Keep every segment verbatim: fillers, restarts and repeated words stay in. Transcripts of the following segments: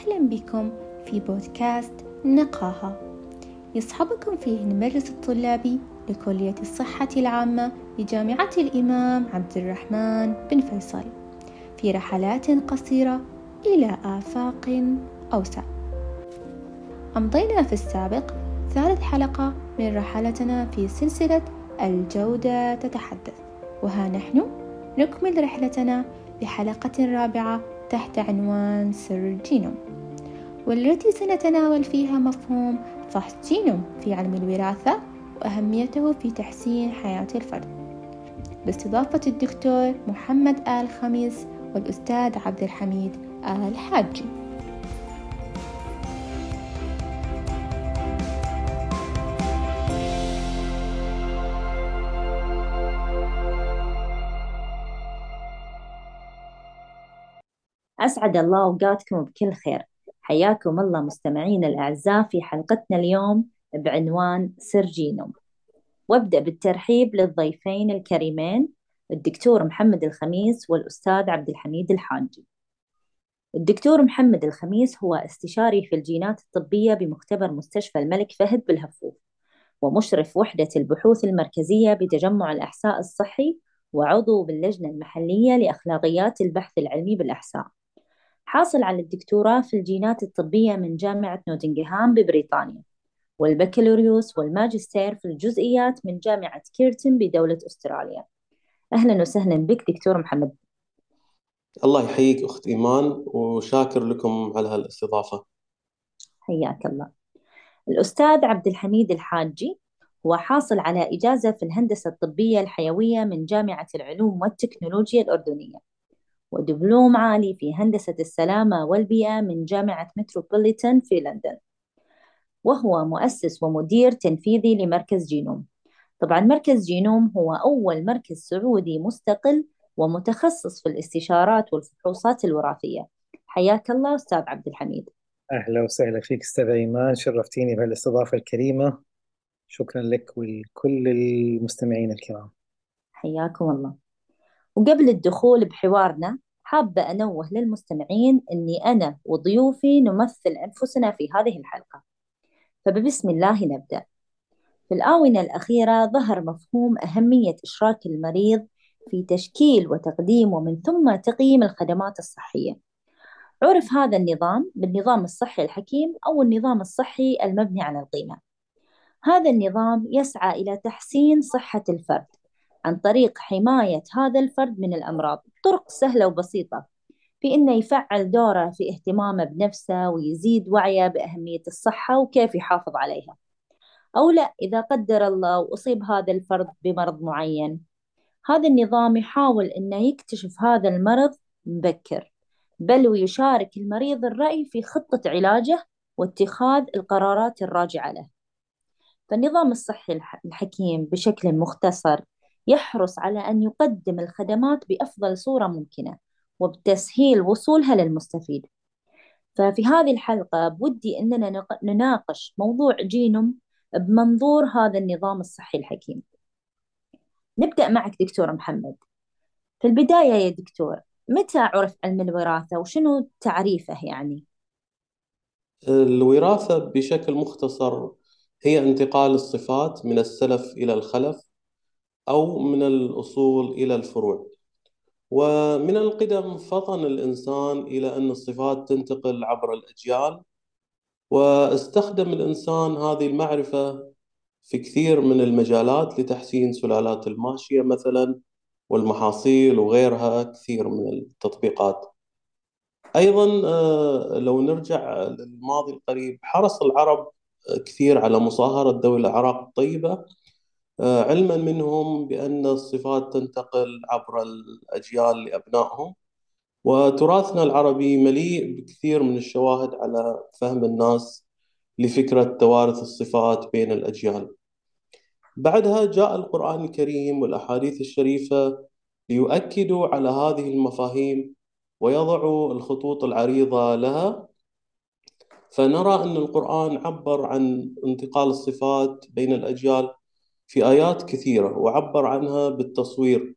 أهلا بكم في بودكاست نقاهة، يصحبكم فيه المجلس الطلابي لكلية الصحة العامة بجامعة الإمام عبد الرحمن بن فيصل في رحلات قصيرة إلى آفاق أوسع. أمضينا في السابق ثالث حلقة من رحلتنا في سلسلة الجودة تتحدث، وها نحن نكمل رحلتنا بحلقة رابعة تحت عنوان سر الجينوم، والتي سنتناول فيها مفهوم فحص جينوم في علم الوراثة وأهميته في تحسين حياة الفرد، باستضافة الدكتور محمد آل خميس والأستاذ عبد الحميد آل حاجي. أسعد الله أوقاتكم بكل خير. حياكم الله مستمعين الأعزاء في حلقتنا اليوم بعنوان سر جينوم. وابدأ بالترحيب للضيفين الكريمين الدكتور محمد الخميس والأستاذ عبد الحميد الحاجي. الدكتور محمد الخميس هو استشاري في الجينات الطبية بمختبر مستشفى الملك فهد بالهفوف، ومشرف وحدة البحوث المركزية بتجمع الأحساء الصحي، وعضو باللجنة المحلية لأخلاقيات البحث العلمي بالأحساء. حاصل على الدكتوراه في الجينات الطبية من جامعة نوتنغهام ببريطانيا، والبكالوريوس والماجستير في الجزئيات من جامعة كيرتن بدولة أستراليا. أهلا وسهلا بك دكتور محمد. الله يحييك أخت إيمان، وشاكر لكم على هالاستضافة. حياك الله. الأستاذ عبد الحميد الحاجي هو حاصل على إجازة في الهندسة الطبية الحيوية من جامعة العلوم والتكنولوجيا الأردنية، ودبلوم عالي في هندسة السلامة والبيئة من جامعة متروبوليتان في لندن، وهو مؤسس ومدير تنفيذي لمركز جينوم. طبعا مركز جينوم هو أول مركز سعودي مستقل ومتخصص في الاستشارات والفحوصات الوراثية. حياك الله أستاذ عبد الحميد. أهلا وسهلا فيك أستاذ إيمان، شرفتيني بهالاستضافة الكريمة. شكرا لك ولكل المستمعين الكرام. حياكم الله. وقبل الدخول بحوارنا حابة أنوه للمستمعين أني أنا وضيوفي نمثل أنفسنا في هذه الحلقة، فبسم الله نبدأ. في الآونة الأخيرة ظهر مفهوم أهمية إشراك المريض في تشكيل وتقديم ومن ثم تقييم الخدمات الصحية. عرف هذا النظام بالنظام الصحي الحكيم أو النظام الصحي المبني على القيمة. هذا النظام يسعى إلى تحسين صحة الفرد عن طريق حماية هذا الفرد من الأمراض بطرق سهلة وبسيطة، في إنه يفعل دوره في اهتمامه بنفسه ويزيد وعيه بأهمية الصحة وكيف يحافظ عليها. أو لا، إذا قدر الله وأصيب هذا الفرد بمرض معين، هذا النظام يحاول أنه يكتشف هذا المرض مبكر، بل ويشارك المريض الرأي في خطة علاجه واتخاذ القرارات الراجعة له. فالنظام الصحي الحكيم بشكل مختصر يحرص على أن يقدم الخدمات بأفضل صورة ممكنة وبتسهيل وصولها للمستفيد. ففي هذه الحلقة بودي أننا نناقش موضوع جينوم بمنظور هذا النظام الصحي الحكيم. نبدأ معك دكتور محمد. في البداية يا دكتور، متى عرف علم الوراثة وشنو تعريفه يعني؟ الوراثة بشكل مختصر هي انتقال الصفات من السلف إلى الخلف، أو من الأصول إلى الفروع. ومن القدم فطن الإنسان إلى أن الصفات تنتقل عبر الأجيال، واستخدم الإنسان هذه المعرفة في كثير من المجالات لتحسين سلالات الماشية مثلا والمحاصيل وغيرها كثير من التطبيقات. أيضا آه، لو نرجع للماضي القريب، حرص العرب كثير على مصاهرة ذوي الأعراق الطيبة، آه، علما منهم بأن الصفات تنتقل عبر الأجيال لأبنائهم. وتراثنا العربي مليء بكثير من الشواهد على فهم الناس لفكرة توارث الصفات بين الأجيال. بعدها جاء القرآن الكريم والأحاديث الشريفة ليؤكدوا على هذه المفاهيم ويضعوا الخطوط العريضة لها. فنرى أن القرآن عبر عن انتقال الصفات بين الأجيال في آيات كثيرة، وعبر عنها بالتصوير،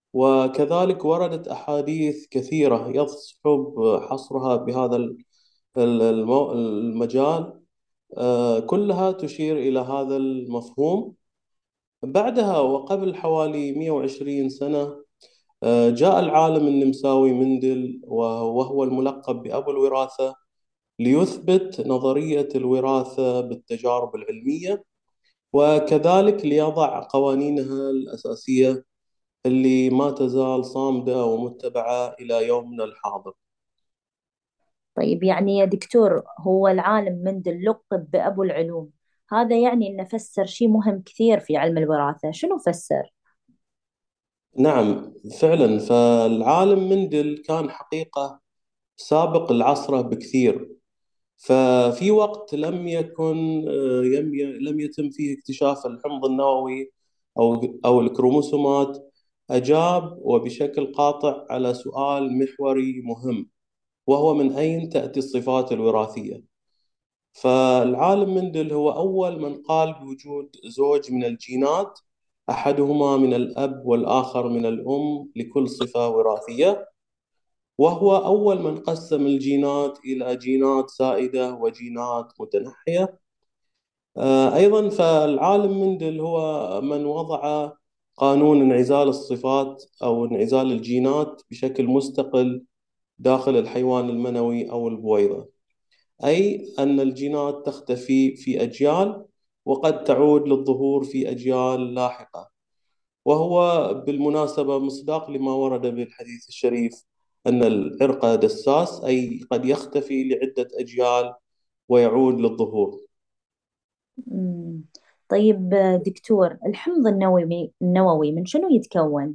وكذلك وردت أحاديث كثيرة يصعب حصرها بهذا المو- المجال، آه، كلها تشير إلى هذا المفهوم. بعدها وقبل حوالي مئة وعشرين سنة، آه، جاء العالم النمساوي مندل، وهو الملقب بأبو الوراثة، ليثبت نظرية الوراثة بالتجارب العلمية، وكذلك ليضع قوانينها الأساسية اللي ما تزال صامدة ومتبعة إلى يومنا الحاضر. طيب يعني يا دكتور، هو العالم مندل لقب بأبو العلوم، هذا يعني إنه فسر شيء مهم كثير في علم الوراثة، شنو فسر؟ نعم فعلا، فالعالم مندل كان حقيقة سابق العصر بكثير. ففي وقت لم يكن آه، يم- لم يتم فيه اكتشاف الحمض النووي أو أو الكروموسومات، أجاب وبشكل قاطع على سؤال محوري مهم، وهو من أين تأتي الصفات الوراثية؟ فالعالم مندل هو أول من قال بوجود زوج من الجينات، أحدهما من الأب والآخر من الأم لكل صفة وراثية، وهو أول من قسم الجينات إلى جينات سائدة وجينات متنحية. آه، أيضا فالعالم مندل هو من وضع قانون انعزال الصفات أو انعزال الجينات بشكل مستقل داخل الحيوان المنوي أو البويضة، أي أن الجينات تختفي في أجيال وقد تعود للظهور في أجيال لاحقة. وهو بالمناسبة مصداق لما ورد بالحديث الشريف أن العرق دساس، أي قد يختفي لعدة أجيال ويعود للظهور. مم. طيب آه، دكتور، الحمض النووي النووي من شنو يتكون؟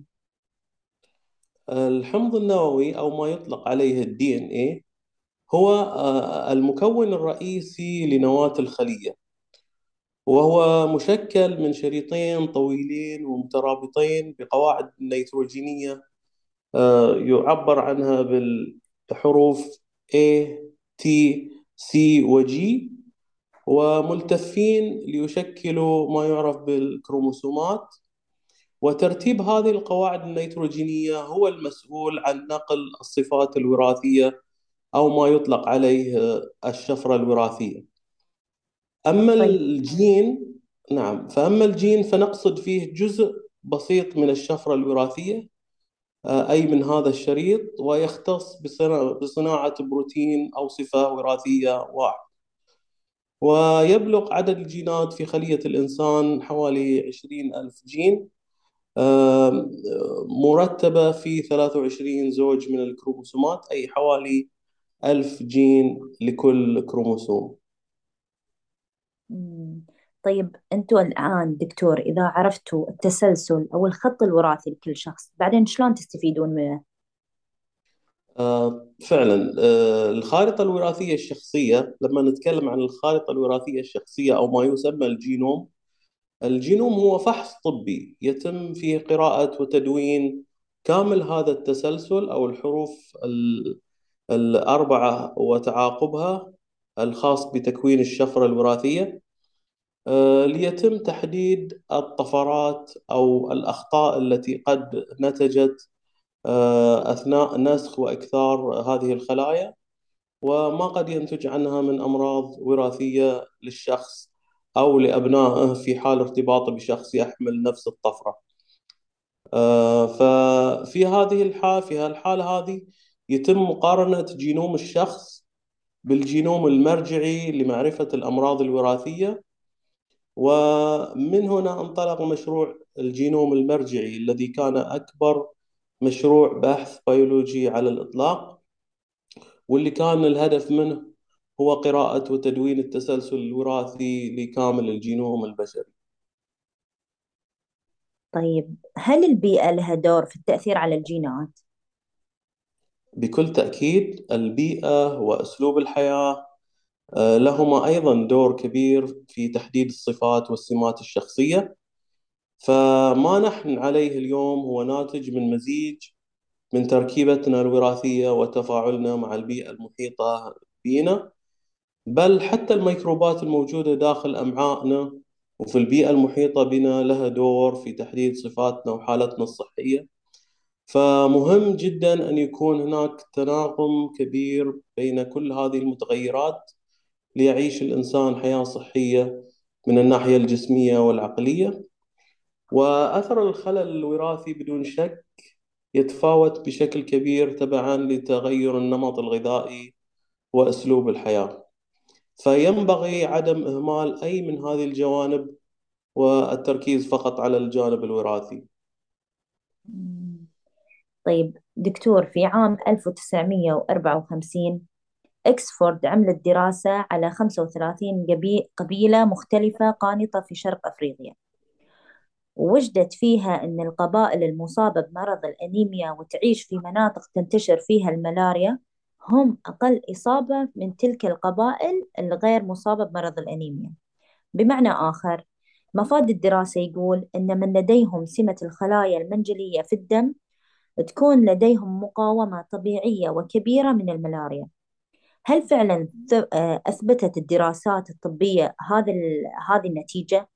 الحمض النووي أو ما يطلق عليه الدي إن إيه هو آه، المكون الرئيسي لنواة الخلية، وهو مشكل من شريطين طويلين ومترابطين بقواعد نيتروجينية، آه، يعبر عنها بالحروف A T C و G، وملتفين ليشكلوا ما يعرف بالكروموسومات. وترتيب هذه القواعد النيتروجينية هو المسؤول عن نقل الصفات الوراثية أو ما يطلق عليه آه، الشفرة الوراثية. أما طيب. الجين، نعم، فأما الجين فنقصد فيه جزء بسيط من الشفرة الوراثية، آه، أي من هذا الشريط، ويختص بصنا- بصناعة بروتين أو صفة وراثية واحد. ويبلغ عدد الجينات في خلية الإنسان حوالي عشرين ألف جين، آم، مرتبة في ثلاثة وعشرين زوج من الكروموسومات، أي حوالي ألف جين لكل كروموسوم. مم. طيب أنتوا الآن دكتور إذا عرفتوا التسلسل أو الخط الوراثي لكل شخص، بعدين شلون تستفيدون منه؟ آه، فعلا، آه، الخارطة الوراثية الشخصية، لما نتكلم عن الخارطة الوراثية الشخصية أو ما يسمى الجينوم، الجينوم هو فحص طبي يتم فيه قراءة وتدوين كامل هذا التسلسل أو الحروف ال- الأربعة وتعاقبها الخاص بتكوين الشفرة الوراثية، آه، ليتم تحديد الطفرات أو الأخطاء التي قد نتجت آه، أثناء نسخ وإكثار هذه الخلايا، وما قد ينتج عنها من أمراض وراثية للشخص أو لأبنائه في حال ارتباطه بشخص يحمل نفس الطفرة. آه، ففي هذه الحالة في هالحالة هذه يتم مقارنة جينوم الشخص بالجينوم المرجعي لمعرفة الأمراض الوراثية، ومن هنا انطلق مشروع الجينوم المرجعي الذي كان أكبر مشروع بحث بيولوجي على الإطلاق، واللي كان الهدف منه هو قراءة وتدوين التسلسل الوراثي لكامل الجينوم البشري. طيب هل البيئة لها دور في التأثير على الجينات؟ بكل تأكيد البيئة وأسلوب الحياة آه، لهما أيضا دور كبير في تحديد الصفات والسمات الشخصية. فما نحن عليه اليوم هو ناتج من مزيج من تركيبتنا الوراثية وتفاعلنا مع البيئة المحيطة بنا، بل حتى الميكروبات الموجودة داخل أمعائنا وفي البيئة المحيطة بنا لها دور في تحديد صفاتنا وحالتنا الصحية. فمهم جدا أن يكون هناك تناغم كبير بين كل هذه المتغيرات ليعيش الإنسان حياة صحية من الناحية الجسمية والعقلية. وأثر الخلل الوراثي بدون شك يتفاوت بشكل كبير تبعا لتغير النمط الغذائي وأسلوب الحياة، فينبغي عدم إهمال أي من هذه الجوانب والتركيز فقط على الجانب الوراثي. مم. طيب دكتور، في عام ألف وتسعمئة وأربعة وخمسين إكسفورد عملت دراسة على خمسة وثلاثين قبي- قبيلة مختلفة قانطة في شرق أفريقيا، ووجدت فيها أن القبائل المصابة بمرض الأنيميا وتعيش في مناطق تنتشر فيها الملاريا هم أقل إصابة من تلك القبائل الغير مصابة بمرض الأنيميا. بمعنى آخر، مفاد الدراسة يقول أن من لديهم سمة الخلايا المنجلية في الدم تكون لديهم مقاومة طبيعية وكبيرة من الملاريا. هل فعلا ث- آه، أثبتت الدراسات الطبية هذا ال- هذه النتيجة؟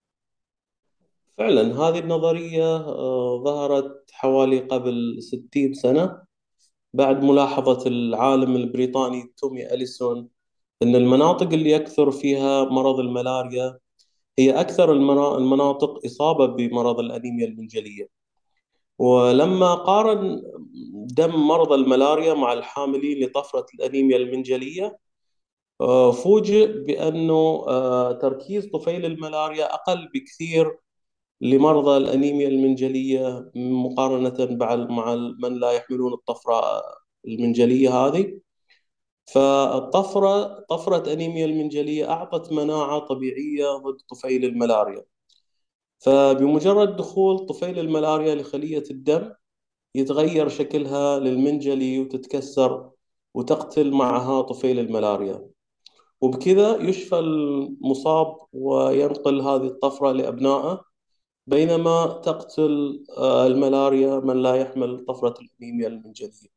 فعلا هذه النظرية آه، ظهرت حوالي قبل ستين سنة بعد ملاحظة العالم البريطاني تومي أليسون أن المناطق اللي يكثر فيها مرض الملاريا هي أكثر المنا- المناطق إصابة بمرض الأنيميا المنجلية. ولما قارن دم مرضى الملاريا مع الحاملين لطفرة الأنيميا المنجلية، آه، فوجئ بأنه آه، تركيز طفيل الملاريا أقل بكثير لمرضى الأنيميا المنجلية مقارنة مع مع من لا يحملون الطفرة المنجلية هذه. فالطفرة طفرة أنيميا المنجلية أعطت مناعة طبيعية ضد طفيل الملاريا. فبمجرد دخول طفيل الملاريا لخلية الدم يتغير شكلها للمنجلي وتتكسر وتقتل معها طفيل الملاريا، وبكذا يشفى المصاب وينقل هذه الطفرة لأبنائه، بينما تقتل آه، الملاريا من لا يحمل طفرة الأنيميا المنجلية.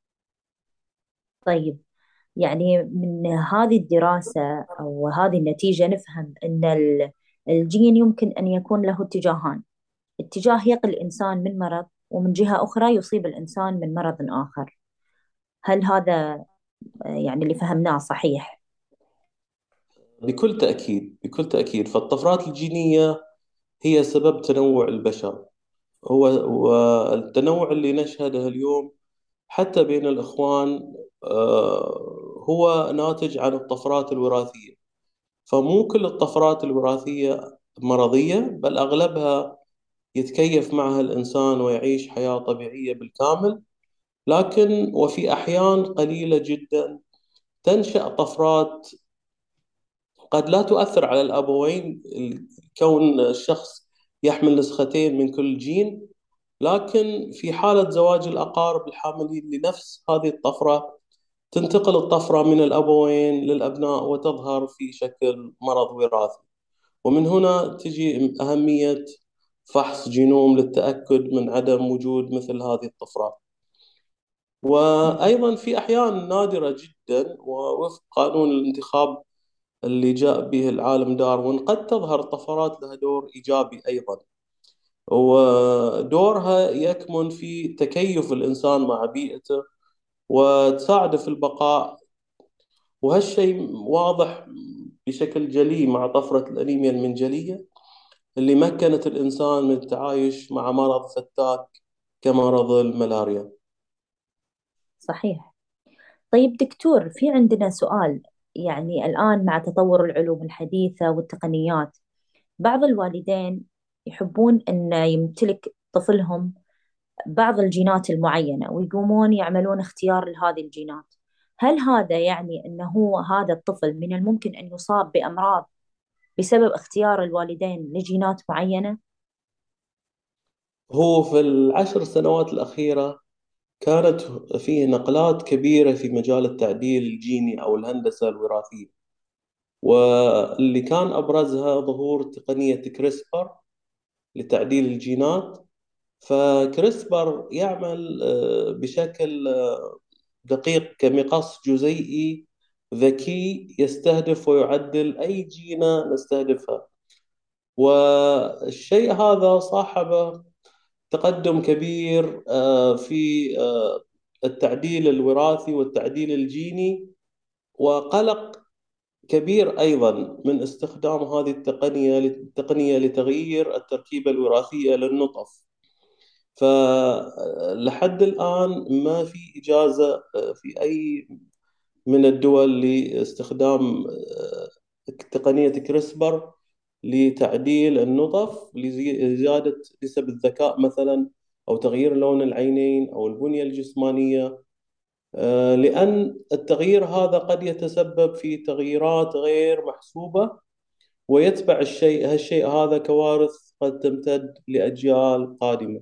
طيب، يعني من هذه الدراسة أو هذه النتيجة نفهم أن ال- الجين يمكن أن يكون له اتجاهان: اتجاه يقي الإنسان من مرض، ومن جهة أخرى يصيب الإنسان من مرض آخر. هل هذا آه، يعني اللي فهمناه صحيح؟ بكل تأكيد بكل تأكيد فالطفرات الجينية هي سبب تنوع البشر. هو والتنوع اللي نشهده اليوم حتى بين الإخوان آه، هو ناتج عن الطفرات الوراثية. فمو كل الطفرات الوراثية مرضية، بل أغلبها يتكيف معها الإنسان ويعيش حياة طبيعية بالكامل. لكن وفي أحيان قليلة جدا تنشأ طفرات قد لا تؤثر على الأبوين، كون الشخص يحمل نسختين من كل جين. لكن في حالة زواج الأقارب الحاملين لنفس هذه الطفرة تنتقل الطفرة من الأبوين للأبناء وتظهر في شكل مرض وراثي. ومن هنا تجي أهمية فحص جينوم للتأكد من عدم وجود مثل هذه الطفرات. مم. وأيضا في أحيان نادرة جدا ووفق قانون الانتخاب اللي جاء به العالم داروين قد تظهر طفرات لها دور إيجابي أيضا، ودورها يكمن في تكيف الإنسان مع بيئته وتساعده في البقاء. وهالشيء واضح بشكل جلي مع طفرة الأنيميا المنجلية اللي مكنت الإنسان من التعايش مع مرض فتاك كمرض الملاريا. صحيح. طيب دكتور، في عندنا سؤال. يعني الآن مع تطور العلوم الحديثة والتقنيات، بعض الوالدين يحبون أن يمتلك طفلهم بعض الجينات المعينة ويقومون يعملون اختيار لهذه الجينات. هل هذا يعني أنه هو هذا الطفل من الممكن أن يصاب بأمراض بسبب اختيار الوالدين لجينات معينة؟ هو في العشر سنوات الأخيرة كانت فيه نقلات كبيرة في مجال التعديل الجيني أو الهندسة الوراثية، واللي كان أبرزها ظهور تقنية كريسبر لتعديل الجينات. فكريسبر يعمل آه، بشكل آه، دقيق كمقص جزيئي ذكي يستهدف ويعدل أي جينة نستهدفها. والشيء هذا صاحب تقدم كبير آه، في آه، التعديل الوراثي والتعديل الجيني، وقلق كبير أيضا من استخدام هذه التقنية التقنية لتغيير التركيبة الوراثية للنطف. فلحد الآن ما في إجازة آه، في أي من الدول لاستخدام آه، تقنية كريسبر لتعديل النطف لزيادة نسب الذكاء مثلا، أو تغيير لون العينين أو البنية الجسمانية. آه، لأن التغيير هذا قد يتسبب في تغييرات غير محسوبة، ويتبع الشيء هالشيء هذا كوارث قد تمتد لأجيال قادمة.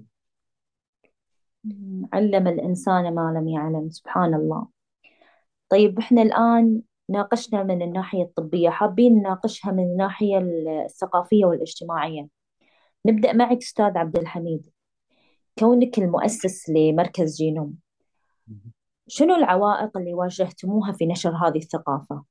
علم الإنسان ما لم يعلم، سبحان الله. طيب إحنا الآن ناقشنا من الناحية الطبية، حابين نناقشها من الناحية الثقافية والاجتماعية. نبدأ معك أستاذ عبد الحميد، كونك المؤسس لمركز جينوم، شنو العوائق اللي واجهتموها في نشر هذه الثقافة؟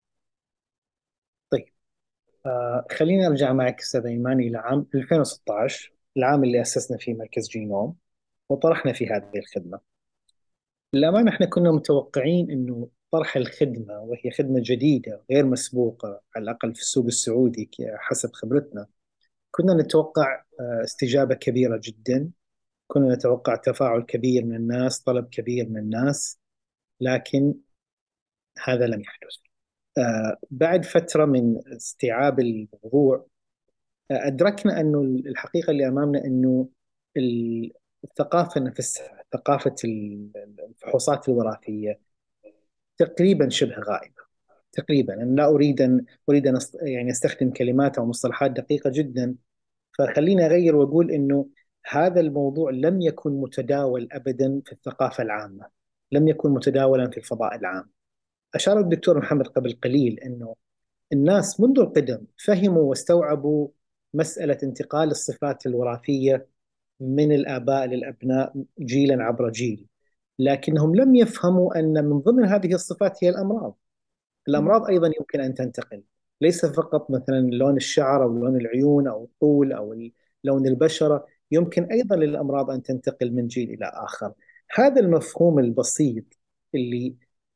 طيب، آه خليني أرجع معك أستاذ إيمان إلى عام ألفين وستة عشر، العام اللي أسسنا فيه مركز جينوم وطرحنا فيه هذه الخدمة. للأمانة إحنا كنا متوقعين أنه طرح الخدمة، وهي خدمة جديدة غير مسبوقة على الأقل في السوق السعودي حسب خبرتنا، كنا نتوقع آه، استجابة كبيرة جدا، كنا نتوقع تفاعل كبير من الناس، طلب كبير من الناس، لكن هذا لم يحدث. آه، بعد فترة من استيعاب الموضوع آه، أدركنا أنه الحقيقة اللي أمامنا أنه ال- الثقافة نفسها، ثقافة ال- الفحوصات الوراثية تقريبا شبه غائبة. تقريبا أنا لا أريد أن أريد أن أست- يعني أستخدم كلمات أو مصطلحات دقيقة جدا، فخليني أغير وأقول أنه هذا الموضوع لم يكن متداول أبدا في الثقافة العامة، لم يكن متداولا في الفضاء العام. أشار الدكتور محمد قبل قليل أنه الناس منذ القدم فهموا واستوعبوا مسألة انتقال الصفات الوراثية من الآباء للأبناء جيلا عبر جيل، لكنهم لم يفهموا أن من ضمن هذه الصفات هي الأمراض. الأمراض أيضا يمكن أن تنتقل، ليس فقط مثلا لون الشعر أو لون العيون أو الطول أو لون البشرة، يمكن أيضا للأمراض أن تنتقل من جيل إلى آخر. هذا المفهوم البسيط اللي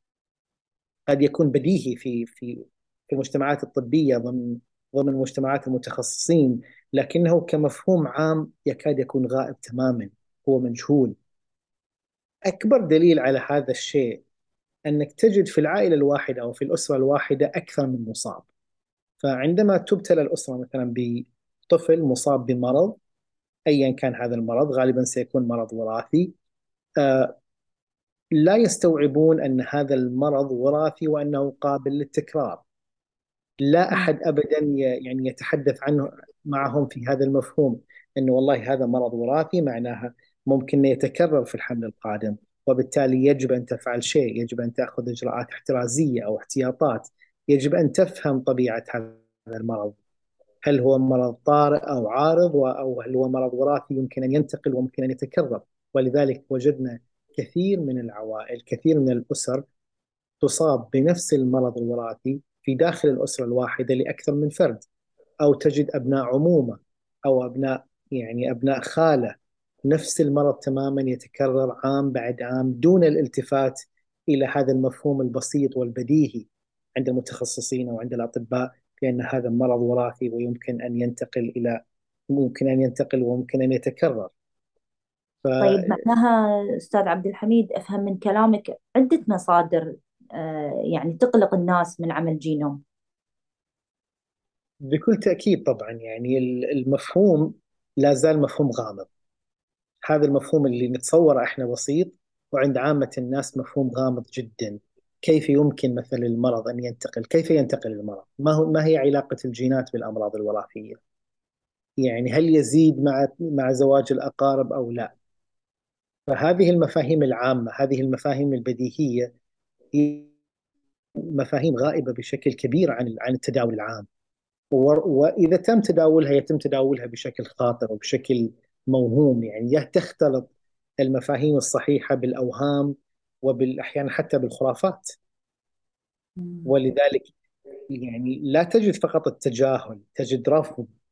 قد يكون بديهي في في في المجتمعات الطبية، ضمن ضمن مجتمعات المتخصصين، لكنه كمفهوم عام يكاد يكون غائب تماما، هو مجهول. أكبر دليل على هذا الشيء أنك تجد في العائلة الواحدة أو في الأسرة الواحدة أكثر من مصاب. فعندما تبتلى الأسرة مثلا بطفل مصاب بمرض أيا كان هذا المرض، غالبا سيكون مرض وراثي، آه لا يستوعبون أن هذا المرض وراثي وأنه قابل للتكرار. لا مم. أحد أبدا ي- يعني يتحدث عنه معهم في هذا المفهوم، أنه والله هذا مرض وراثي معناها ممكن يتكرر في الحمل القادم، وبالتالي يجب أن تفعل شيء، يجب أن تأخذ إجراءات احترازية أو احتياطات، يجب أن تفهم طبيعة هذا المرض. هل هو مرض طارئ أو عارض، و- أو هل هو مرض وراثي يمكن أن ينتقل وممكن أن يتكرر. ولذلك وجدنا كثير من العوائل، كثير من الأسر تصاب بنفس المرض الوراثي في داخل الأسرة الواحدة لأكثر من فرد، أو تجد أبناء عمومة أو أبناء يعني أبناء خالة، نفس المرض تماما يتكرر عام بعد عام دون الالتفات إلى هذا المفهوم البسيط والبديهي عند المتخصصين أو عند الأطباء، لأن هذا مرض وراثي ويمكن أن ينتقل إلى ممكن أن ينتقل وممكن أن يتكرر. طيب، معناها أستاذ عبد الحميد أفهم من كلامك عدة مصادر آه، يعني تقلق الناس من عمل جينوم. فبكل تأكيد طبعا يعني المفهوم لا زال مفهوم غامض. هذا المفهوم اللي نتصوره احنا بسيط، وعند عامة الناس مفهوم غامض جدا. كيف يمكن مثلا المرض أن ينتقل؟ كيف ينتقل المرض؟ ما هو ما هي علاقة الجينات بالأمراض الوراثية؟ يعني هل يزيد مع مع زواج الأقارب أو لا؟ فهذه المفاهيم العامة، هذه المفاهيم البديهية، هي مفاهيم غائبة بشكل كبير عن عن التداول العام. و- وإذا تم تداولها يتم تداولها بشكل خاطئ وبشكل موهوم، يعني تختلط المفاهيم الصحيحة بالأوهام وبالأحيان حتى بالخرافات. مم. ولذلك يعني لا تجد فقط التجاهل، تجد رفض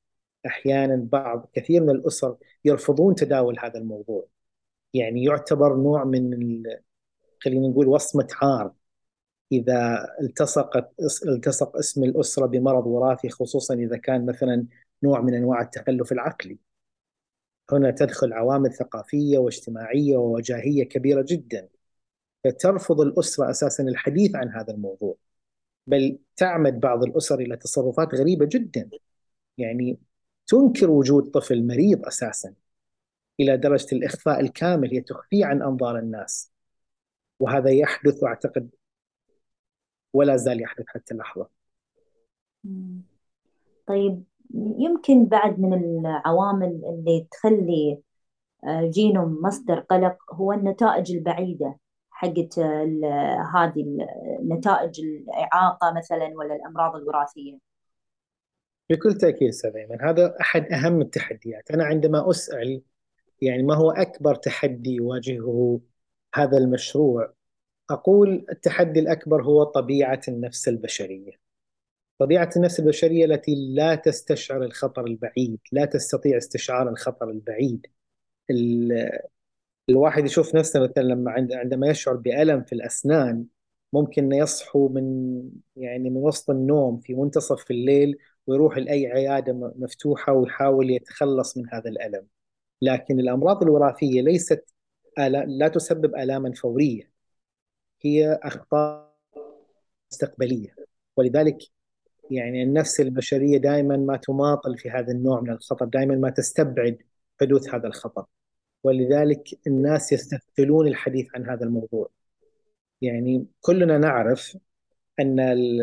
أحيانا بعض كثير من الأسر يرفضون تداول هذا الموضوع. يعني يعتبر نوع من ال- خلينا نقول وصمة عار إذا التصقت التصق اسم الأسرة بمرض وراثي، خصوصا إذا كان مثلا نوع من أنواع التخلف العقلي. هنا تدخل عوامل ثقافية واجتماعية ووجاهية كبيرة جدا، فترفض الأسرة أساسا الحديث عن هذا الموضوع، بل تعمد بعض الأسر إلى تصرفات غريبة جدا. يعني تنكر وجود طفل مريض أساسا إلى درجة الإخفاء الكامل، هي تخفيه عن أنظار الناس. وهذا يحدث وأعتقد ولا زال يحدث حتى اللحظة. مم. طيب، يمكن بعد من العوامل اللي تخلي آه، جينوم مصدر قلق هو النتائج البعيدة حقت ال- هذه ال- نتائج الإعاقة مثلا ولا الأمراض الوراثية. بكل تأكيد أستاذ أيمن، هذا أحد أهم التحديات. أنا عندما أسأل يعني ما هو أكبر تحدي يواجهه هذا المشروع، أقول التحدي الأكبر هو طبيعة النفس البشرية. طبيعة النفس البشرية التي لا تستشعر الخطر البعيد، لا تستطيع استشعار الخطر البعيد. ال- الواحد يشوف نفسه مثلا لما عند عندما يشعر بألم في الأسنان، ممكن يصحو من يعني من وسط النوم في منتصف الليل ويروح لأي عيادة م- مفتوحة ويحاول يتخلص من هذا الألم. لكن الأمراض الوراثية ليست آلا- لا تسبب آلاما فورية، هي أخطاء مستقبلية. ولذلك يعني النفس البشرية دائما ما تماطل في هذا النوع من الخطر، دائما ما تستبعد حدوث هذا الخطر. ولذلك الناس يستثقلون الحديث عن هذا الموضوع. يعني كلنا نعرف أن ال-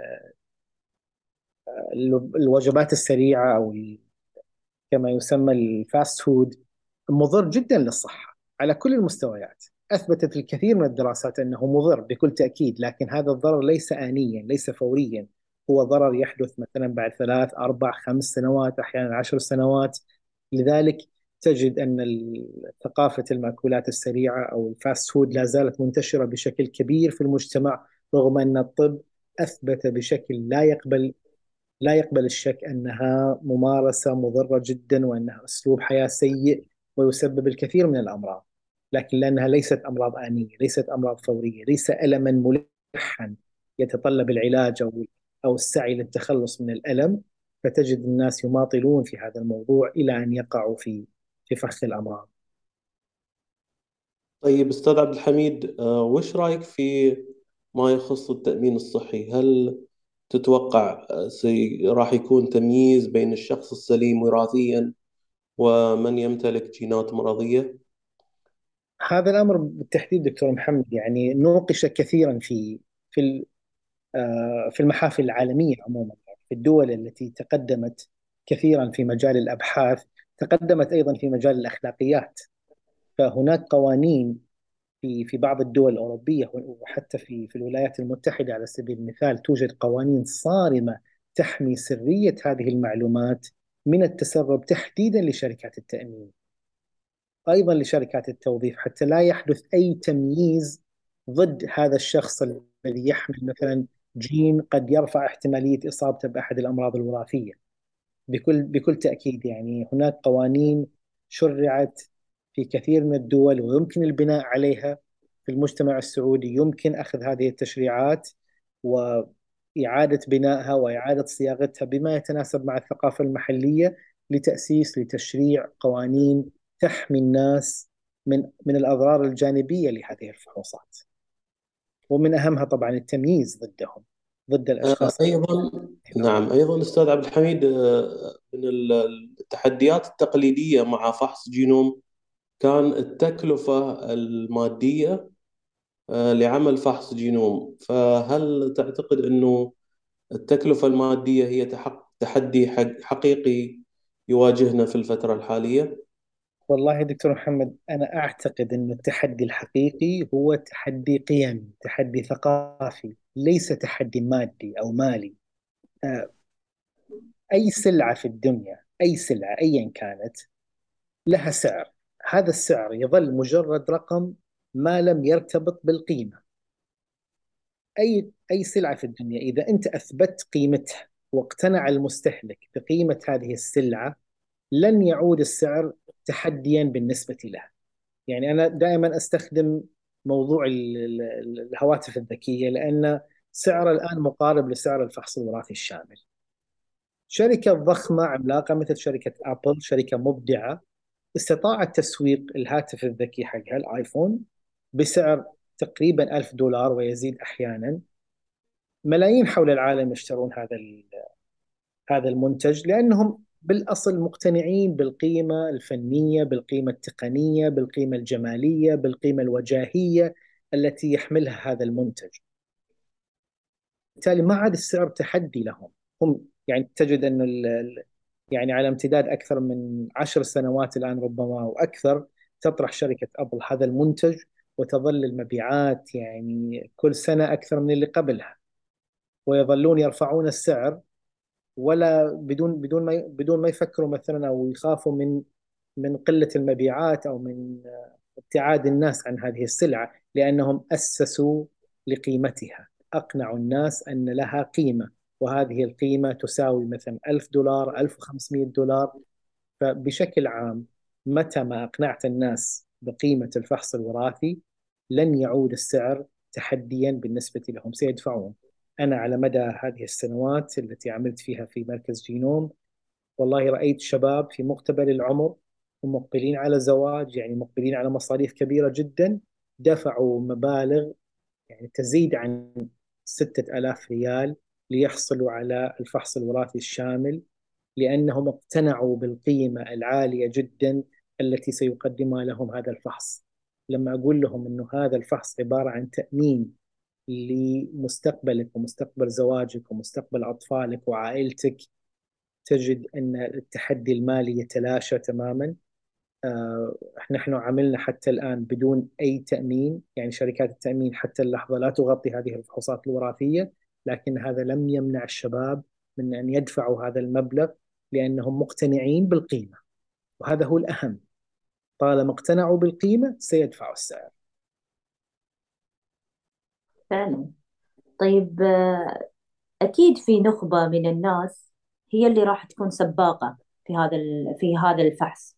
ال- الوجبات السريعة أو كما يسمى الفاست فود مضر جدا للصحة على كل المستويات. أثبتت الكثير من الدراسات أنه مضر بكل تأكيد، لكن هذا الضرر ليس آنيا، ليس فوريا. هو ضرر يحدث مثلا بعد ثلاث أربع خمس سنوات، أحيانا عشر سنوات. لذلك تجد أن ال- ثقافة المأكولات السريعة أو الفاست فود لا زالت منتشرة بشكل كبير في المجتمع، رغم أن الطب أثبت بشكل لا يقبل لا يقبل الشك أنها ممارسة مضرة جدا، وأنها أسلوب حياة سيء ويسبب الكثير من الأمراض. لكن لأنها ليست أمراض آنية، ليست أمراض فورية، ليس ألما ملحا يتطلب العلاج أو أو السعي للتخلص من الألم، فتجد الناس يماطلون في هذا الموضوع إلى أن يقعوا في في فخ الأمراض. طيب أستاذ عبد الحميد، آه، وش رأيك في ما يخص التأمين الصحي؟ هل تتوقع آه، سي راح يكون تمييز بين الشخص السليم وراثيا ومن يمتلك جينات مرضية؟ هذا الأمر بالتحديد دكتور محمد يعني نوقش كثيرا في في ال- آه، في المحافل العالمية عموما. في الدول التي تقدمت كثيرا في مجال الأبحاث، تقدمت أيضا في مجال الأخلاقيات. فهناك قوانين في في بعض الدول الأوروبية وحتى في في الولايات المتحدة على سبيل المثال، توجد قوانين صارمة تحمي سرية هذه المعلومات من التسرب، تحديدا لشركات التأمين، أيضا لشركات التوظيف، حتى لا يحدث أي تمييز ضد هذا الشخص الذي يحمل مثلا جين قد يرفع احتمالية إصابته بأحد الأمراض الوراثية. بكل بكل تأكيد يعني هناك قوانين شرعت في كثير من الدول ويمكن البناء عليها. في المجتمع السعودي يمكن أخذ هذه التشريعات وإعادة بنائها وإعادة صياغتها بما يتناسب مع الثقافة المحلية، لتأسيس لتشريع قوانين تحمي الناس من من الأضرار الجانبية لهذه الفحوصات، ومن أهمها طبعا التمييز ضدهم، ضد آه، الأشخاص. أيضا، نعم، أيضا أستاذ عبد الحميد، آه، من ال- التحديات التقليدية مع فحص جينوم كان التكلفة المادية آه، لعمل فحص جينوم. فهل تعتقد أنه التكلفة المادية هي تحق تحدي حق حقيقي يواجهنا في الفترة الحالية؟ والله دكتور محمد، أنا أعتقد أن التحدي الحقيقي هو تحدي قيمي، تحدي ثقافي، ليس تحدي مادي أو مالي. آه، أي سلعة في الدنيا، أي سلعة أيا كانت، لها سعر. هذا السعر يظل مجرد رقم ما لم يرتبط بالقيمة. أي أي سلعة في الدنيا إذا أنت أثبت قيمتها واقتنع المستهلك بقيمة هذه السلعة، لن يعود السعر تحديا بالنسبة له. يعني أنا دائما أستخدم موضوع ال- ال- الهواتف الذكية، لأن سعر الآن مقارب لسعر الفحص الوراثي الشامل. شركة ضخمة عملاقة مثل شركة أبل، شركة مبدعة، استطاعت تسويق الهاتف الذكي حقها الآيفون بسعر تقريبا ألف دولار ويزيد أحيانا. ملايين حول العالم يشترون هذا ال- هذا المنتج، لأنهم بالأصل مقتنعين بالقيمة الفنية، بالقيمة التقنية، بالقيمة الجمالية، بالقيمة الوجاهية التي يحملها هذا المنتج. بالتالي ما عاد السعر تحدي لهم. هم يعني تجد أن ال- ال- يعني على امتداد أكثر من عشر سنوات الآن ربما وأكثر، تطرح شركة أبل هذا المنتج، وتظل المبيعات يعني كل سنة أكثر من اللي قبلها، ويظلون يرفعون السعر، ولا بدون بدون ما بدون ما يفكروا مثلا او يخافوا من من قلة المبيعات او من آه، ابتعاد الناس عن هذه السلعة، لأنهم أسسوا لقيمتها، أقنعوا الناس أن لها قيمة، وهذه القيمة تساوي مثلا ألف دولار، ألف وخمسمائة دولار. فبشكل عام، متى ما أقنعت الناس بقيمة الفحص الوراثي، لن يعود السعر تحديا بالنسبة لهم، سيدفعون. أنا على مدى هذه السنوات التي عملت فيها في مركز جينوم، والله رأيت شباب في مقتبل العمر ومقبلين على زواج، يعني مقبلين على مصاريف كبيرة جدا، دفعوا مبالغ يعني تزيد عن ستة آلاف ريال ليحصلوا على الفحص الوراثي الشامل، لأنهم اقتنعوا بالقيمة العالية جدا التي سيقدمها لهم هذا الفحص. لما أقول لهم أنه هذا الفحص عبارة عن تأمين لمستقبلك ومستقبل زواجك ومستقبل أطفالك وعائلتك، تجد أن التحدي المالي يتلاشى تماما. آه، نحن عملنا حتى الآن بدون أي تأمين، يعني شركات التأمين حتى اللحظة لا تغطي هذه الفحوصات الوراثية، لكن هذا لم يمنع الشباب من أن يدفعوا هذا المبلغ، لأنهم مقتنعين بالقيمة، وهذا هو الأهم. طالما اقتنعوا بالقيمة سيدفعوا السعر. فعلا. طيب، آه، أكيد في نخبة من الناس هي اللي راح تكون سباقة في هذا ال- في هذا الفحص.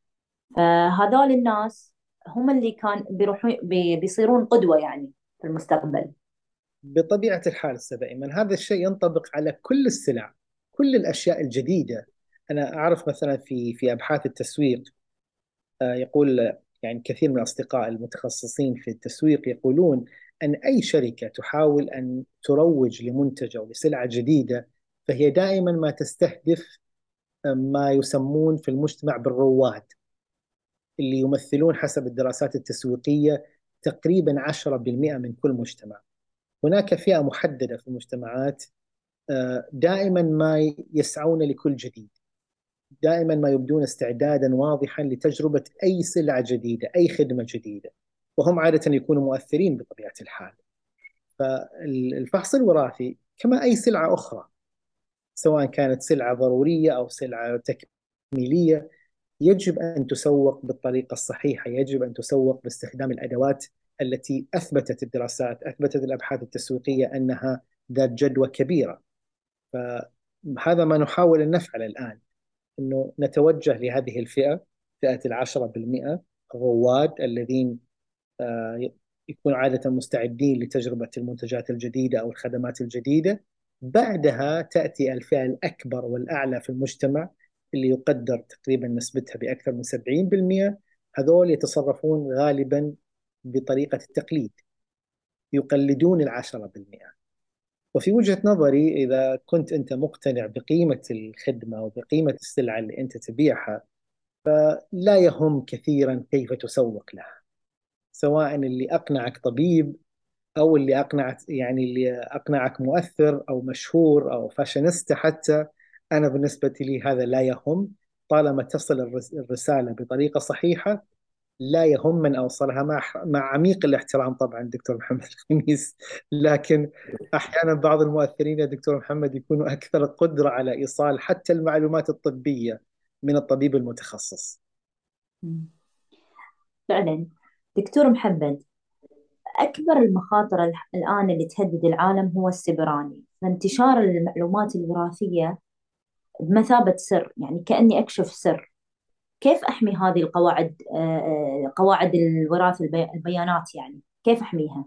فهذول الناس هم اللي كان بيروحون بي- بيصيرون قدوة يعني في المستقبل. بطبيعة الحال أستاذ أيمن، هذا الشيء ينطبق على كل السلع، كل الأشياء الجديدة. أنا أعرف مثلا في في أبحاث التسويق، آه، يقول يعني كثير من الأصدقاء المتخصصين في التسويق يقولون أن أي شركة تحاول أن تروج لمنتج أو لسلعة جديدة، فهي دائما ما تستهدف آه، ما يسمون في المجتمع بالرواد، اللي يمثلون حسب الدراسات التسويقية تقريبا عشرة بالمئة من كل مجتمع. هناك فئة محددة في المجتمعات آه، دائما ما يسعون لكل جديد، دائما ما يبدون استعدادا واضحا لتجربة أي سلعة جديدة، أي خدمة جديدة، وهم عادة يكونوا مؤثرين بطبيعة الحال. فالفحص الوراثي كما أي سلعة أخرى، سواء كانت سلعة ضرورية أو سلعة تكميلية، يجب أن تسوق بالطريقة الصحيحة، يجب أن تسوق باستخدام الأدوات التي أثبتت الدراسات، أثبتت الأبحاث التسويقية أنها ذات جدوى كبيرة. فهذا ما نحاول أن نفعل الآن، أنه نتوجه لهذه الفئة، فئة العشرة بالمئة، الرواد الذين آه، يكونوا عادة مستعدين لتجربة المنتجات الجديدة أو الخدمات الجديدة. بعدها تأتي الفئة الأكبر والأعلى في المجتمع، اللي يقدر تقريبا نسبتها بأكثر من سبعين بالمئة. هذول يتصرفون غالبا بطريقة التقليد، يقلدون العشرة بالمئة. وفي وجهة نظري، إذا كنت أنت مقتنع بقيمة الخدمة وبقيمة السلعة اللي أنت تبيعها، لا يهم كثيرا كيف تسوق لها، سواء اللي أقنعك طبيب أو اللي أقنعك يعني اللي أقنعك مؤثر أو مشهور أو فاشينيستا حتى. أنا بالنسبة لي هذا لا يهم، طالما تصل الرس- الرسالة بطريقة صحيحة. لا يهم من أوصلها، مع مع عميق الاحترام طبعا دكتور محمد الخميس، لكن أحيانا بعض المؤثرين يا دكتور محمد يكونوا أكثر قدرة على إيصال حتى المعلومات الطبية من الطبيب المتخصص. مم. فعلا. دكتور محمد، أكبر المخاطر الح- الآن اللي تهدد العالم هو السبراني، فانتشار المعلومات الوراثية بمثابة سر، يعني كأني أكشف سر. كيف أحمي هذه القواعد، آه، آه، قواعد الوراثة البي- البيانات، يعني كيف أحميها؟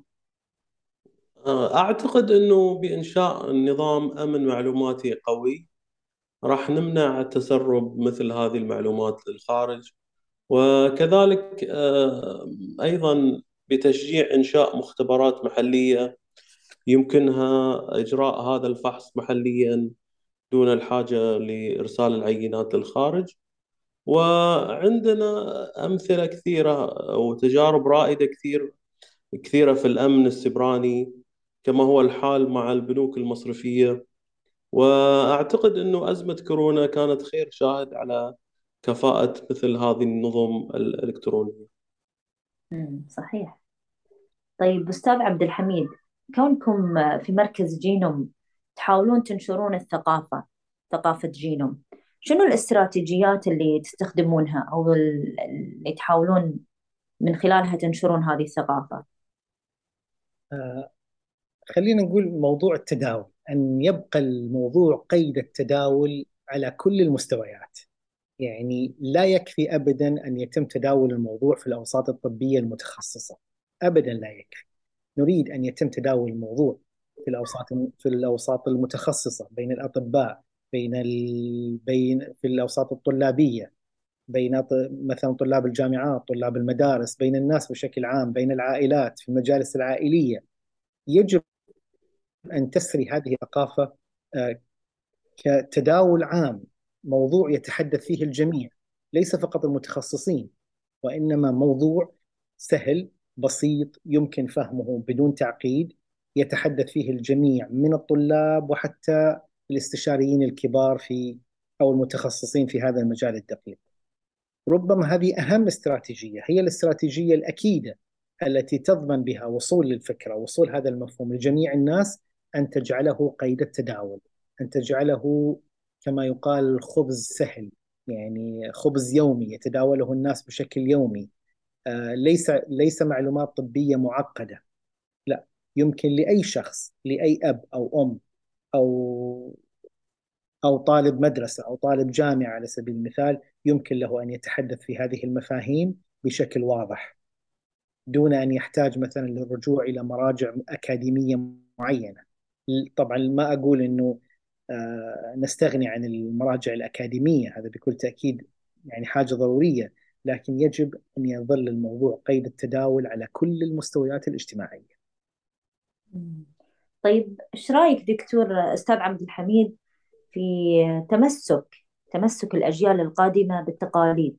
أعتقد أنه بإنشاء نظام أمن معلوماتي قوي راح نمنع تسرب مثل هذه المعلومات للخارج. وكذلك آه، أيضا بتشجيع إنشاء مختبرات محلية يمكنها إجراء هذا الفحص محليا دون الحاجة لإرسال العينات للخارج. وعندنا أمثلة كثيرة وتجارب رائدة كثير كثيرة في الأمن السيبراني، كما هو الحال مع البنوك المصرفية. وأعتقد أنه أزمة كورونا كانت خير شاهد على كفاءة مثل هذه النظم الإلكترونية. مم، صحيح. طيب أستاذ عبد الحميد، كونكم في مركز جينوم تحاولون تنشرون الثقافة، ثقافة جينوم، شنو الاستراتيجيات اللي تستخدمونها أو ال- اللي تحاولون من خلالها تنشرون هذه الثقافة؟ آه، خلينا نقول موضوع التداول، أن يبقى الموضوع قيد التداول على كل المستويات. يعني لا يكفي أبدا أن يتم تداول الموضوع في الأوساط الطبية المتخصصة، أبدا لا يكفي. نريد أن يتم تداول الموضوع في الأوساط في الأوساط المتخصصة، بين الأطباء، بين ال... بين في الأوساط الطلابية، بين ط- مثلا طلاب الجامعات، طلاب المدارس، بين الناس بشكل عام، بين العائلات، في المجالس العائلية. يجب أن تسري هذه الثقافة آه، كتداول عام، موضوع يتحدث فيه الجميع، ليس فقط المتخصصين، وإنما موضوع سهل بسيط يمكن فهمه بدون تعقيد، يتحدث فيه الجميع من الطلاب وحتى الاستشاريين الكبار في أو المتخصصين في هذا المجال الدقيق. ربما هذه أهم استراتيجية، هي الاستراتيجية الأكيدة التي تضمن بها وصول للفكرة، وصول هذا المفهوم لجميع الناس، أن تجعله قيد التداول، أن تجعله كما يقال خبز سهل، يعني خبز يومي يتداوله الناس بشكل يومي. آه ليس ليس معلومات طبية معقدة، لا، يمكن لأي شخص، لأي أب أو أم أو أو طالب مدرسة أو طالب جامعة على سبيل المثال، يمكن له أن يتحدث في هذه المفاهيم بشكل واضح، دون أن يحتاج مثلا للرجوع إلى مراجع أكاديمية معينة. طبعا ما أقول أنه آه، نستغني عن المراجع الأكاديمية، هذا بكل تأكيد يعني حاجة ضرورية، لكن يجب أن يظل الموضوع قيد التداول على كل المستويات الاجتماعية. مم. طيب إيش رأيك دكتور أستاذ عبد الحميد في تمسك تمسك الأجيال القادمة بالتقاليد؟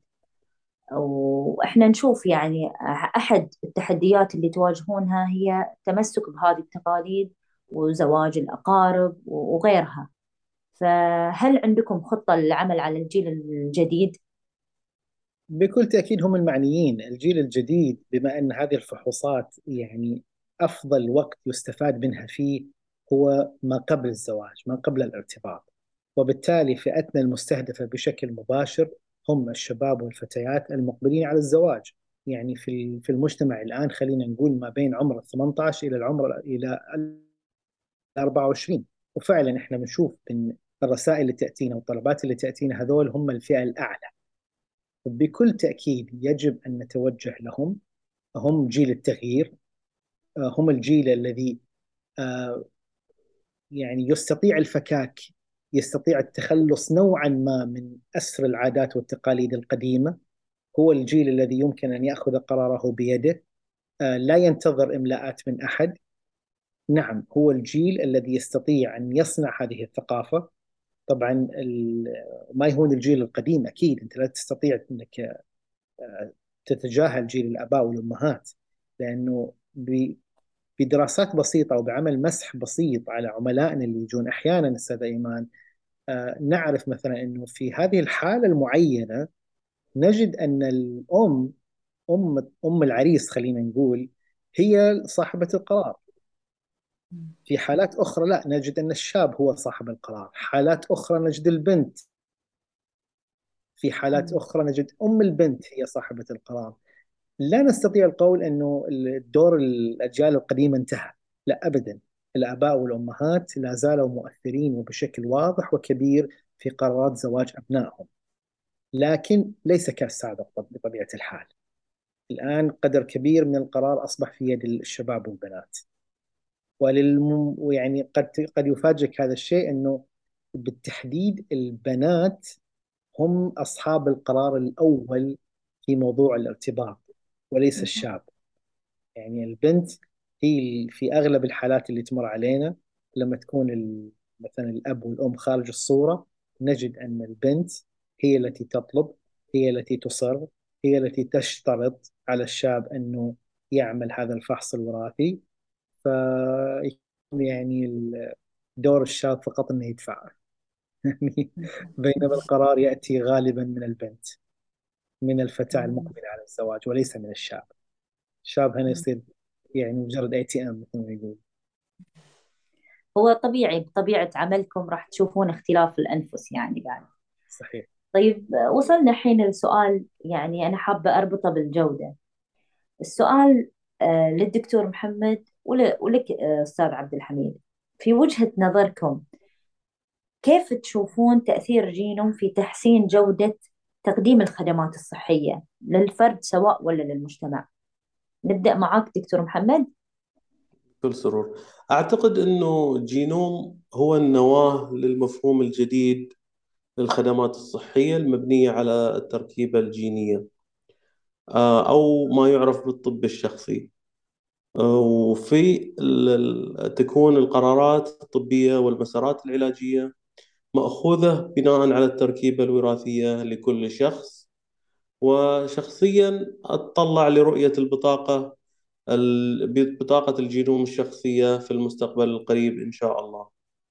وإحنا نشوف يعني أحد التحديات اللي تواجهونها هي تمسك بهذه التقاليد وزواج الأقارب وغيرها. فهل عندكم خطة للعمل على الجيل الجديد؟ بكل تأكيد هم المعنيين، الجيل الجديد، بما أن هذه الفحوصات يعني أفضل وقت يستفاد منها فيه هو ما قبل الزواج، ما قبل الارتباط، وبالتالي فئتنا المستهدفة بشكل مباشر هم الشباب والفتيات المقبلين على الزواج. يعني في في المجتمع الآن خلينا نقول ما بين عمر ال ثمانية عشر إلى العمر إلى ال أربعة وعشرين. وفعلا احنا بنشوف من الرسائل اللي تأتينا والطلبات اللي تأتينا هذول هم الفئة الأعلى. بكل تأكيد يجب أن نتوجه لهم، هم جيل التغيير، آه، هم الجيل الذي آه، يعني يستطيع الفكاك، يستطيع التخلص نوعا ما من أسر العادات والتقاليد القديمة. هو الجيل الذي يمكن أن يأخذ قراره بيده، آه، لا ينتظر إملاءات من أحد. نعم، هو الجيل الذي يستطيع أن يصنع هذه الثقافة. طبعا ال- ما يهون الجيل القديم، أكيد أنت لا تستطيع أنك تتجاهل جيل الآباء والأمهات، لأنه ب- بدراسات بسيطة وبعمل مسح بسيط على عملائنا اللي يجون أحيانا أستاذ إيمان، آه، نعرف مثلا أنه في هذه الحالة المعينة نجد أن الأم، أم أم العريس خلينا نقول، هي صاحبة القرار. في حالات أخرى لا، نجد أن الشاب هو صاحب القرار، حالات أخرى نجد البنت، في حالات مم. أخرى نجد أم البنت هي صاحبة القرار. لا نستطيع القول أنه الدور الأجيال القديمة انتهى، لا أبدا. الآباء والأمهات لا زالوا مؤثرين وبشكل واضح وكبير في قرارات زواج أبنائهم، لكن ليس كالسابق بطبيعة الحال. الآن قدر كبير من القرار أصبح في يد الشباب والبنات. وللم... ويعني قد قد يفاجئك هذا الشيء أنه بالتحديد البنات هم أصحاب القرار الأول في موضوع الارتباط، وليس الشاب. يعني البنت هي في أغلب الحالات اللي تمر علينا لما تكون ال- مثلا الأب والأم خارج الصورة، نجد أن البنت هي التي تطلب، هي التي تصر، هي التي تشترط على الشاب أنه يعمل هذا الفحص الوراثي. ف يعني ال- دور الشاب فقط أنه يدفع. يعني بينما القرار يأتي غالبا من البنت، من الفتاة المقبلة على الزواج، وليس من الشاب. الشاب هنا يصير يعني مجرد اي تي ام مثل ما يقول. هو طبيعي بطبيعة عملكم راح تشوفون اختلاف الأنفس يعني بعد. صحيح. طيب آه، وصلنا الحين لسؤال يعني أنا حابة أربطه بالجودة. السؤال آه، للدكتور محمد ول- ولك آه، أستاذ عبد الحميد. في وجهة نظركم كيف تشوفون تأثير جينوم في تحسين جودة تقديم الخدمات الصحية للفرد سواء ولا للمجتمع؟ نبدأ معك دكتور محمد. بكل سرور. أعتقد أنه جينوم هو النواة للمفهوم الجديد للخدمات الصحية المبنية على التركيبة الجينية، آه، أو ما يعرف بالطب الشخصي. آه، وفي ال- ال- تكون القرارات الطبية والمسارات العلاجية مأخوذة بناء على التركيبة الوراثية لكل شخص. وشخصيا أتطلع لرؤية البطاقة ال- بطاقة الجينوم الشخصية في المستقبل القريب إن شاء الله.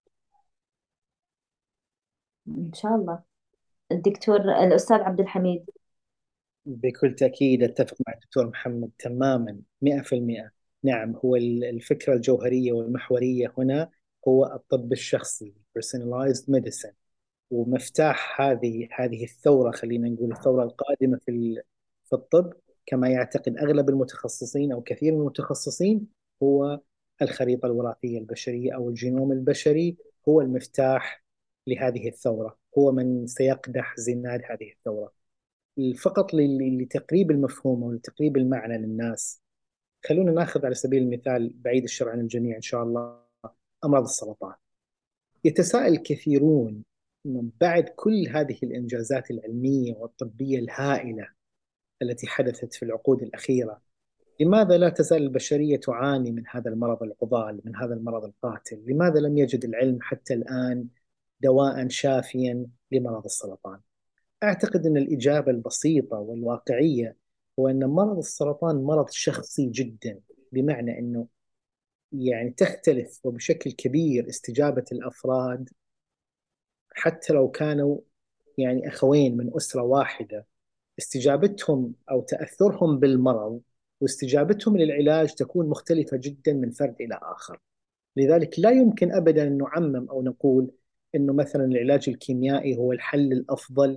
إن شاء الله. الدكتور الأستاذ عبد الحميد. بكل تأكيد أتفق مع الدكتور محمد تماما مئة في المئة. نعم، هو ال- الفكرة الجوهرية والمحورية هنا هو الطب الشخصي personalized medicine. ومفتاح هذه هذه الثورة، خلينا نقول الثورة القادمة في ال- في الطب، كما يعتقد أغلب المتخصصين أو كثير من المتخصصين، هو الخريطة الوراثية البشرية أو الجينوم البشري. هو المفتاح لهذه الثورة، هو من سيقدح زناد هذه الثورة. فقط ل- لتقريب المفهوم ولتقريب المعنى للناس، خلونا ناخذ على سبيل المثال بعيد الشر عن الجميع إن شاء الله، أمراض السرطان. يتساءل كثيرون من بعد كل هذه الإنجازات العلمية والطبية الهائلة التي حدثت في العقود الأخيرة، لماذا لا تزال البشرية تعاني من هذا المرض العضال، من هذا المرض القاتل؟ لماذا لم يجد العلم حتى الآن دواء شافيا لمرض السرطان؟ أعتقد أن الإجابة البسيطة والواقعية هو أن مرض السرطان مرض شخصي جدا، بمعنى أنه يعني تختلف وبشكل كبير استجابة الأفراد حتى لو كانوا يعني أخوين من أسرة واحدة. استجابتهم أو تأثرهم بالمرض واستجابتهم للعلاج تكون مختلفة جدا من فرد إلى آخر. لذلك لا يمكن أبدا أن نعمم أو نقول أنه مثلا العلاج الكيميائي هو الحل الأفضل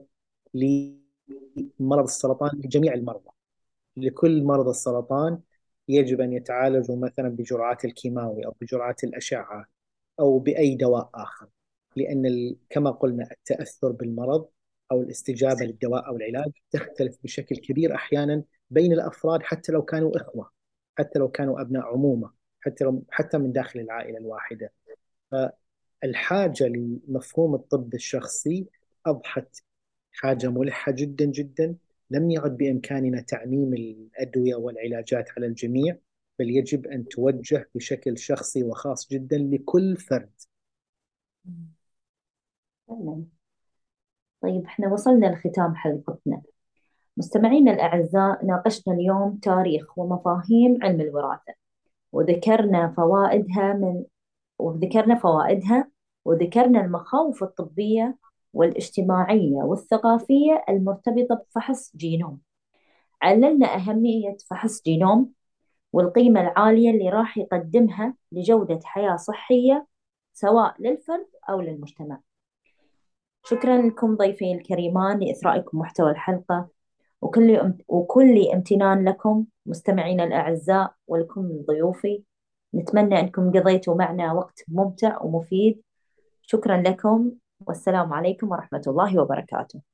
لمرض السرطان لجميع المرضى. لكل مرضى السرطان يجب أن يتعالجوا مثلا بجرعات الكيماوي أو بجرعات الأشعة أو بأي دواء آخر، لأن ال- كما قلنا التأثر بالمرض أو الاستجابة للدواء أو العلاج تختلف بشكل كبير أحيانا بين الأفراد، حتى لو كانوا إخوة، حتى لو كانوا أبناء عمومة، حتى لو حتى من داخل العائلة الواحدة. فالحاجة لمفهوم الطب الشخصي أضحت حاجة ملحة جدا جدا. لم يعد بإمكاننا تعميم الأدوية والعلاجات على الجميع، بل يجب أن توجه بشكل شخصي وخاص جدا لكل فرد. فعلا. طيب احنا وصلنا لختام حلقتنا. مستمعينا الأعزاء، ناقشنا اليوم تاريخ ومفاهيم علم الوراثة، وذكرنا فوائدها من وذكرنا فوائدها وذكرنا المخاوف الطبية والاجتماعية والثقافية المرتبطة بفحص جينوم. عللنا أهمية فحص جينوم والقيمة العالية اللي راح يقدمها لجودة حياة صحية سواء للفرد أو للمجتمع. شكرا لكم ضيفي الكريمان لإثرائكم محتوى الحلقة، وكل وكل امتنان لكم مستمعينا الأعزاء، ولكم ضيوفي. نتمنى أنكم قضيتوا معنا وقت ممتع ومفيد. شكرا لكم، والسلام عليكم ورحمة الله وبركاته.